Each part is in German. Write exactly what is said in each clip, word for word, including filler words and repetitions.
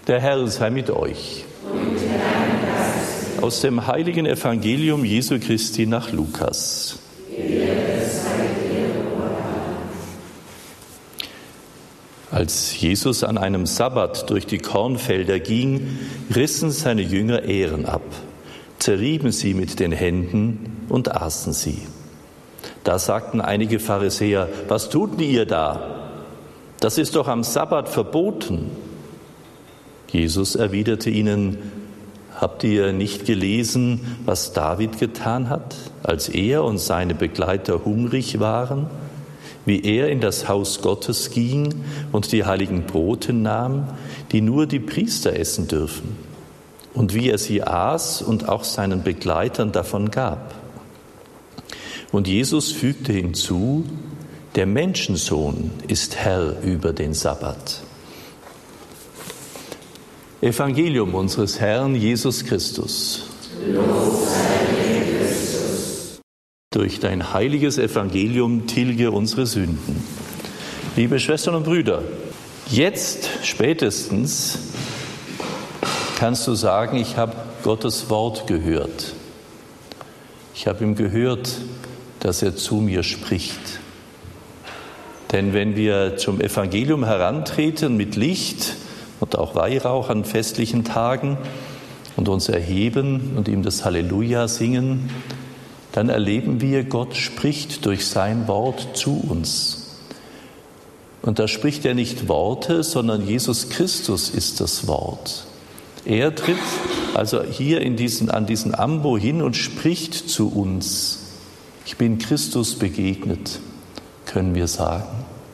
Der Herr sei mit euch. Aus dem heiligen Evangelium Jesu Christi nach Lukas. Als Jesus an einem Sabbat durch die Kornfelder ging, rissen seine Jünger Ähren ab, zerrieben sie mit den Händen und aßen sie. Da sagten einige Pharisäer: Was tut ihr da? Das ist doch am Sabbat verboten. Jesus erwiderte ihnen: Habt ihr nicht gelesen, was David getan hat, als er und seine Begleiter hungrig waren? Wie er in das Haus Gottes ging und die heiligen Brote nahm, die nur die Priester essen dürfen, und wie er sie aß und auch seinen Begleitern davon gab. Und Jesus fügte hinzu: Der Menschensohn ist Herr über den Sabbat. Evangelium unseres Herrn Jesus Christus. Lob sei dir, Christus. Durch dein heiliges Evangelium tilge unsere Sünden. Liebe Schwestern und Brüder, jetzt spätestens kannst du sagen: Ich habe Gottes Wort gehört. Ich habe ihm gehört, dass er zu mir spricht. Denn wenn wir zum Evangelium herantreten mit Licht und auch Weihrauch an festlichen Tagen und uns erheben und ihm das Halleluja singen, dann erleben wir, Gott spricht durch sein Wort zu uns. Und da spricht er nicht Worte, sondern Jesus Christus ist das Wort. Er tritt also hier in diesen, an diesen Ambo hin und spricht zu uns. Ich bin Christus begegnet, können wir sagen.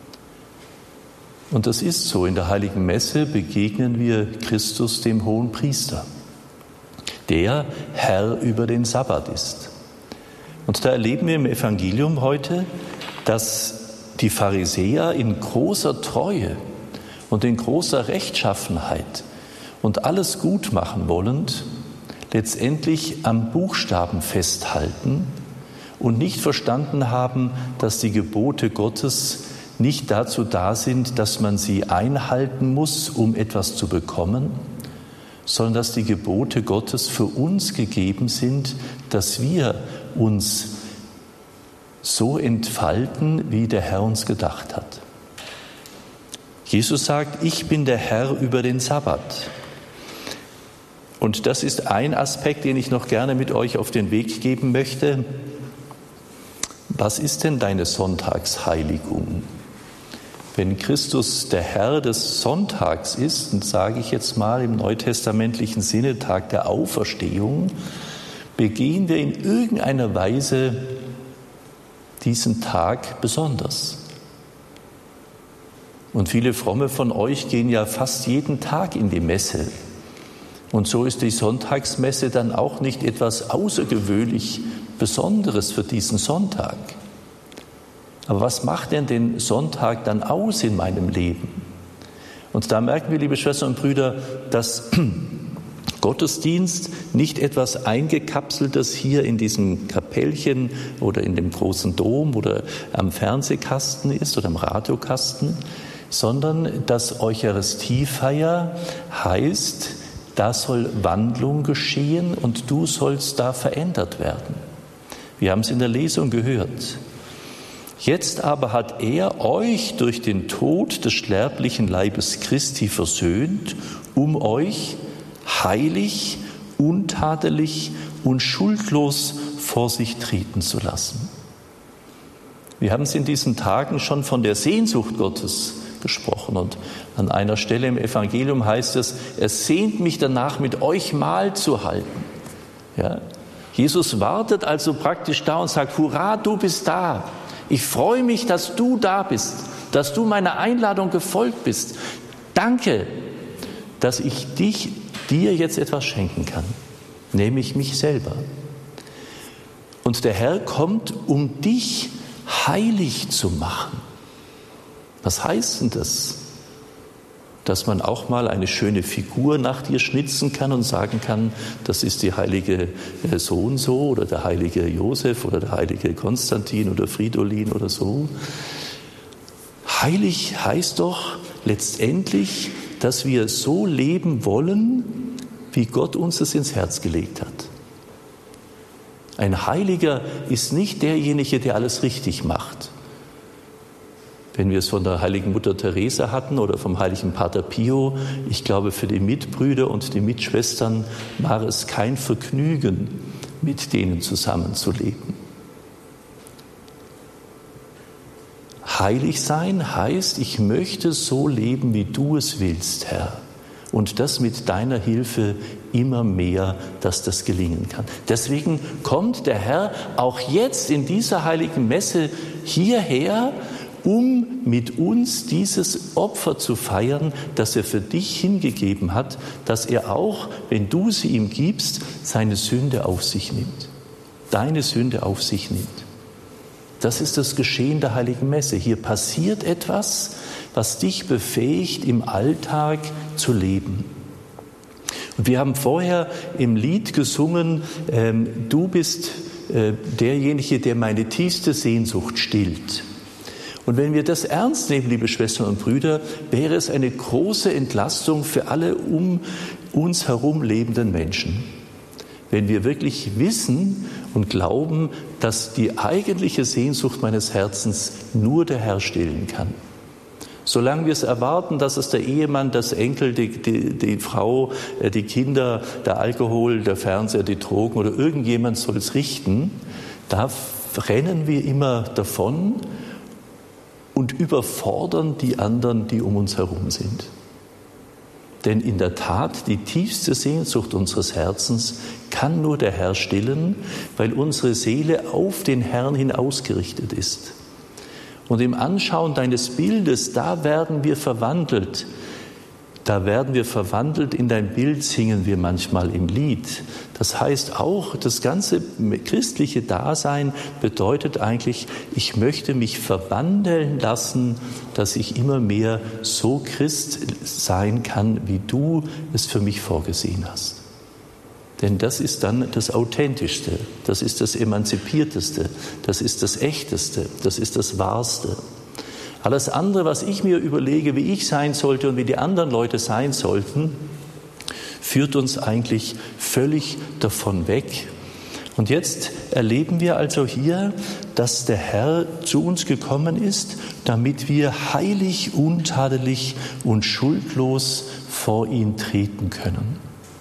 Und das ist so. In der Heiligen Messe begegnen wir Christus, dem Hohenpriester, der Herr über den Sabbat ist. Und da erleben wir im Evangelium heute, dass die Pharisäer in großer Treue und in großer Rechtschaffenheit und alles gut machen wollend, letztendlich am Buchstaben festhalten und nicht verstanden haben, dass die Gebote Gottes nicht dazu da sind, dass man sie einhalten muss, um etwas zu bekommen, sondern dass die Gebote Gottes für uns gegeben sind, dass wir uns so entfalten, wie der Herr uns gedacht hat. Jesus sagt: Ich bin der Herr über den Sabbat. Und das ist ein Aspekt, den ich noch gerne mit euch auf den Weg geben möchte. Was ist denn deine Sonntagsheiligung? Wenn Christus der Herr des Sonntags ist, und sage ich jetzt mal im neutestamentlichen Sinne Tag der Auferstehung, begehen wir in irgendeiner Weise diesen Tag besonders. Und viele Fromme von euch gehen ja fast jeden Tag in die Messe. Und so ist die Sonntagsmesse dann auch nicht etwas außergewöhnlich Besonderes für diesen Sonntag. Aber was macht denn den Sonntag dann aus in meinem Leben? Und da merken wir, liebe Schwestern und Brüder, dass Gottesdienst nicht etwas Eingekapseltes hier in diesem Kapellchen oder in dem großen Dom oder am Fernsehkasten ist oder am Radiokasten, sondern dass Eucharistiefeier heißt, da soll Wandlung geschehen und du sollst da verändert werden. Wir haben es in der Lesung gehört. Jetzt aber hat er euch durch den Tod des sterblichen Leibes Christi versöhnt, um euch heilig, untadelig und schuldlos vor sich treten zu lassen. Wir haben es in diesen Tagen schon von der Sehnsucht Gottes gesprochen und an einer Stelle im Evangelium heißt es: Er sehnt mich danach, mit euch Mahl zu halten. Ja? Jesus wartet also praktisch da und sagt: Hurra, du bist da. Ich freue mich, dass du da bist, dass du meiner Einladung gefolgt bist. Danke, dass ich dich, dir jetzt etwas schenken kann, nämlich mich selber. Und der Herr kommt, um dich heilig zu machen. Was heißt denn das? Dass man auch mal eine schöne Figur nach dir schnitzen kann und sagen kann, das ist die heilige so und so oder der heilige Josef oder der heilige Konstantin oder Fridolin oder so. Heilig heißt doch letztendlich, dass wir so leben wollen, wie Gott uns das ins Herz gelegt hat. Ein Heiliger ist nicht derjenige, der alles richtig macht. Wenn wir es von der heiligen Mutter Teresa hatten oder vom heiligen Pater Pio, ich glaube, für die Mitbrüder und die Mitschwestern war es kein Vergnügen, mit denen zusammenzuleben. Heilig sein heißt, ich möchte so leben, wie du es willst, Herr. Und das mit deiner Hilfe immer mehr, dass das gelingen kann. Deswegen kommt der Herr auch jetzt in dieser heiligen Messe hierher, um mit uns dieses Opfer zu feiern, das er für dich hingegeben hat, dass er auch, wenn du sie ihm gibst, seine Sünde auf sich nimmt. Deine Sünde auf sich nimmt. Das ist das Geschehen der heiligen Messe. Hier passiert etwas, was dich befähigt, im Alltag zu leben. Und wir haben vorher im Lied gesungen, ähm, du bist äh, derjenige, der meine tiefste Sehnsucht stillt. Und wenn wir das ernst nehmen, liebe Schwestern und Brüder, wäre es eine große Entlastung für alle um uns herum lebenden Menschen. Wenn wir wirklich wissen und glauben, dass die eigentliche Sehnsucht meines Herzens nur der Herr stillen kann. Solange wir es erwarten, dass es der Ehemann, das Enkel, die, die, die Frau, die Kinder, der Alkohol, der Fernseher, die Drogen oder irgendjemand soll es richten, da rennen wir immer davon und überfordern die anderen, die um uns herum sind. Denn in der Tat, die tiefste Sehnsucht unseres Herzens kann nur der Herr stillen, weil unsere Seele auf den Herrn hin ausgerichtet ist. Und im Anschauen deines Bildes, da werden wir verwandelt. Da werden wir verwandelt in dein Bild, singen wir manchmal im Lied. Das heißt auch, das ganze christliche Dasein bedeutet eigentlich, ich möchte mich verwandeln lassen, dass ich immer mehr so Christ sein kann, wie du es für mich vorgesehen hast. Denn das ist dann das Authentischste, das ist das Emanzipierteste, das ist das Echteste, das ist das Wahrste. Alles andere, was ich mir überlege, wie ich sein sollte und wie die anderen Leute sein sollten, führt uns eigentlich völlig davon weg. Und jetzt erleben wir also hier, dass der Herr zu uns gekommen ist, damit wir heilig, untadelig und schuldlos vor ihn treten können.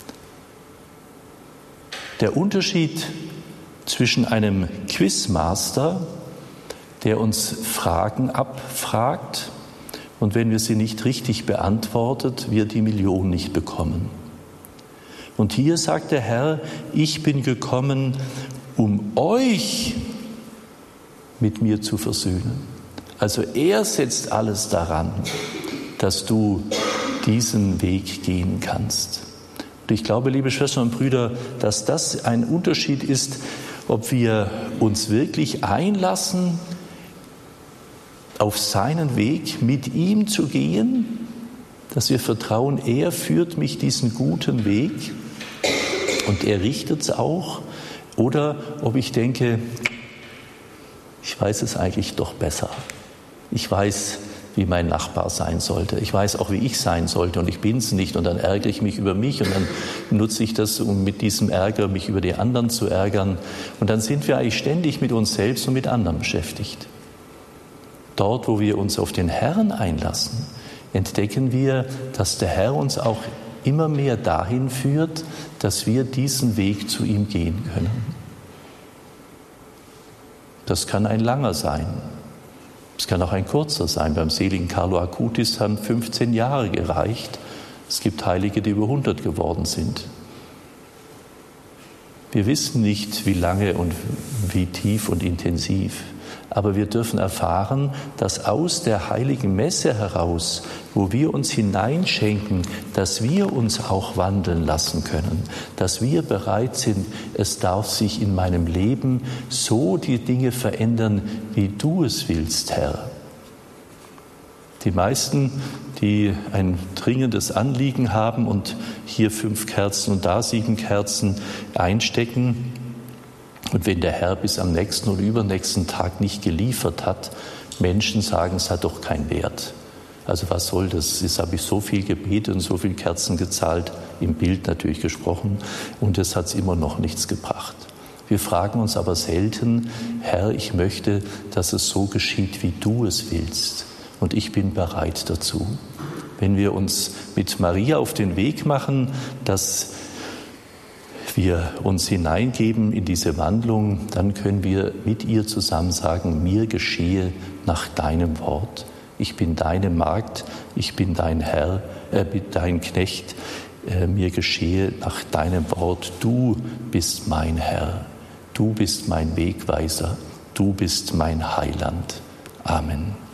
Der Unterschied zwischen einem Quizmaster, der uns Fragen abfragt und wenn wir sie nicht richtig beantwortet, wir die Million nicht bekommen. Und hier sagt der Herr, ich bin gekommen, um euch mit mir zu versöhnen. Also er setzt alles daran, dass du diesen Weg gehen kannst. Und ich glaube, liebe Schwestern und Brüder, dass das ein Unterschied ist, ob wir uns wirklich einlassen, auf seinen Weg mit ihm zu gehen, dass wir vertrauen, er führt mich diesen guten Weg und er richtet es auch, oder ob ich denke, ich weiß es eigentlich doch besser. Ich weiß, wie mein Nachbar sein sollte. Ich weiß auch, wie ich sein sollte und ich bin es nicht und dann ärgere ich mich über mich und dann nutze ich das, um mit diesem Ärger mich über die anderen zu ärgern und dann sind wir eigentlich ständig mit uns selbst und mit anderen beschäftigt. Dort, wo wir uns auf den Herrn einlassen, entdecken wir, dass der Herr uns auch immer mehr dahin führt, dass wir diesen Weg zu ihm gehen können. Das kann ein langer sein. Es kann auch ein kurzer sein. Beim seligen Carlo Acutis haben fünfzehn Jahre gereicht. Es gibt Heilige, die über hundert geworden sind. Wir wissen nicht, wie lange und wie tief und intensiv. Aber wir dürfen erfahren, dass aus der heiligen Messe heraus, wo wir uns hineinschenken, dass wir uns auch wandeln lassen können, dass wir bereit sind, es darf sich in meinem Leben so die Dinge verändern, wie du es willst, Herr. Die meisten, die ein dringendes Anliegen haben und hier fünf Kerzen und da sieben Kerzen einstecken, und wenn der Herr bis am nächsten oder übernächsten Tag nicht geliefert hat, Menschen sagen, es hat doch keinen Wert. Also was soll das? Jetzt habe ich so viel gebetet und so viel Kerzen gezahlt, im Bild natürlich gesprochen, und es hat immer noch nichts gebracht. Wir fragen uns aber selten, Herr, ich möchte, dass es so geschieht, wie du es willst, und ich bin bereit dazu. Wenn wir uns mit Maria auf den Weg machen, dass wir uns hineingeben in diese Wandlung, dann können wir mit ihr zusammen sagen, mir geschehe nach deinem Wort. Ich bin deine Magd, ich bin dein Herr, äh, dein Knecht, äh, mir geschehe nach deinem Wort. Du bist mein Herr, du bist mein Wegweiser, du bist mein Heiland. Amen.